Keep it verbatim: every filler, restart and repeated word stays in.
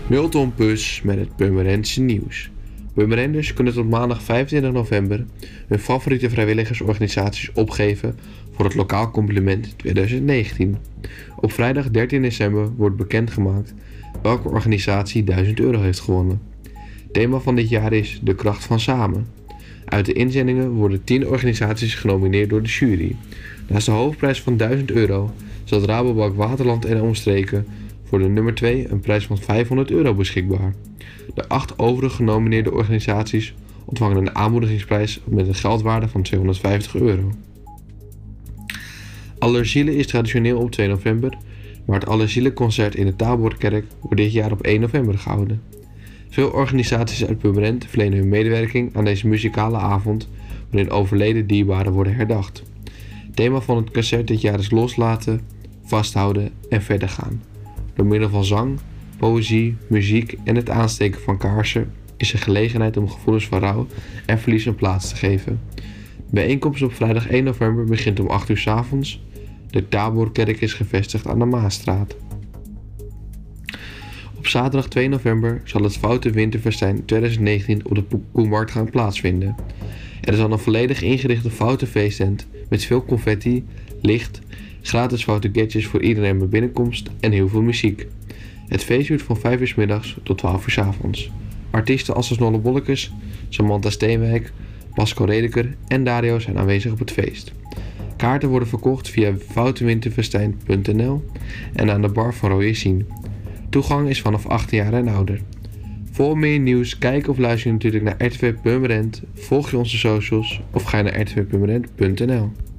Milton Pus met het Purmerendse nieuws. Purmerenders kunnen tot maandag vijfentwintig november hun favoriete vrijwilligersorganisaties opgeven voor het Lokaal Compliment twintig negentien. Op vrijdag dertien december wordt bekendgemaakt welke organisatie duizend euro heeft gewonnen. Thema van dit jaar is De Kracht van Samen. Uit de inzendingen worden tien organisaties genomineerd door de jury. Naast de hoofdprijs van duizend euro stelt Rabobank Waterland en omstreken voor de nummer twee een prijs van vijfhonderd euro beschikbaar. De acht overige genomineerde organisaties ontvangen een aanmoedigingsprijs met een geldwaarde van tweehonderdvijftig euro. Allerzielen is traditioneel op twee november, maar het Allerzielenconcert in de Taborkerk wordt dit jaar op één november gehouden. Veel organisaties uit Purmerend verlenen hun medewerking aan deze muzikale avond, waarin overleden dierbaren worden herdacht. Het thema van het concert dit jaar is loslaten, vasthouden en verder gaan. Door middel van zang, poëzie, muziek en het aansteken van kaarsen is er gelegenheid om gevoelens van rouw en verlies een plaats te geven. De bijeenkomst op vrijdag één november begint om acht uur 's avonds. De Taborkerk is gevestigd aan de Maasstraat. Op zaterdag twee november zal het Foute Winterfestijn twintig negentien op de Koemarkt gaan plaatsvinden. Er zal een volledig ingerichte foute feesttent met veel confetti, licht, gratis foute gadgets voor iedereen bij binnenkomst en heel veel muziek. Het feest duurt van vijf uur 's middags tot twaalf uur 's avonds. Artiesten als de Snolle Bollekes, Samantha Steenwijk, Pascal Redeker en Dario zijn aanwezig op het feest. Kaarten worden verkocht via foutewinterfestijn punt n l en aan de bar van Rode Sien. Toegang is vanaf achttien jaar en ouder. Voor meer nieuws, kijk of luister je natuurlijk naar R T V Purmerend, volg je onze socials of ga je naar r t v purmerend punt n l.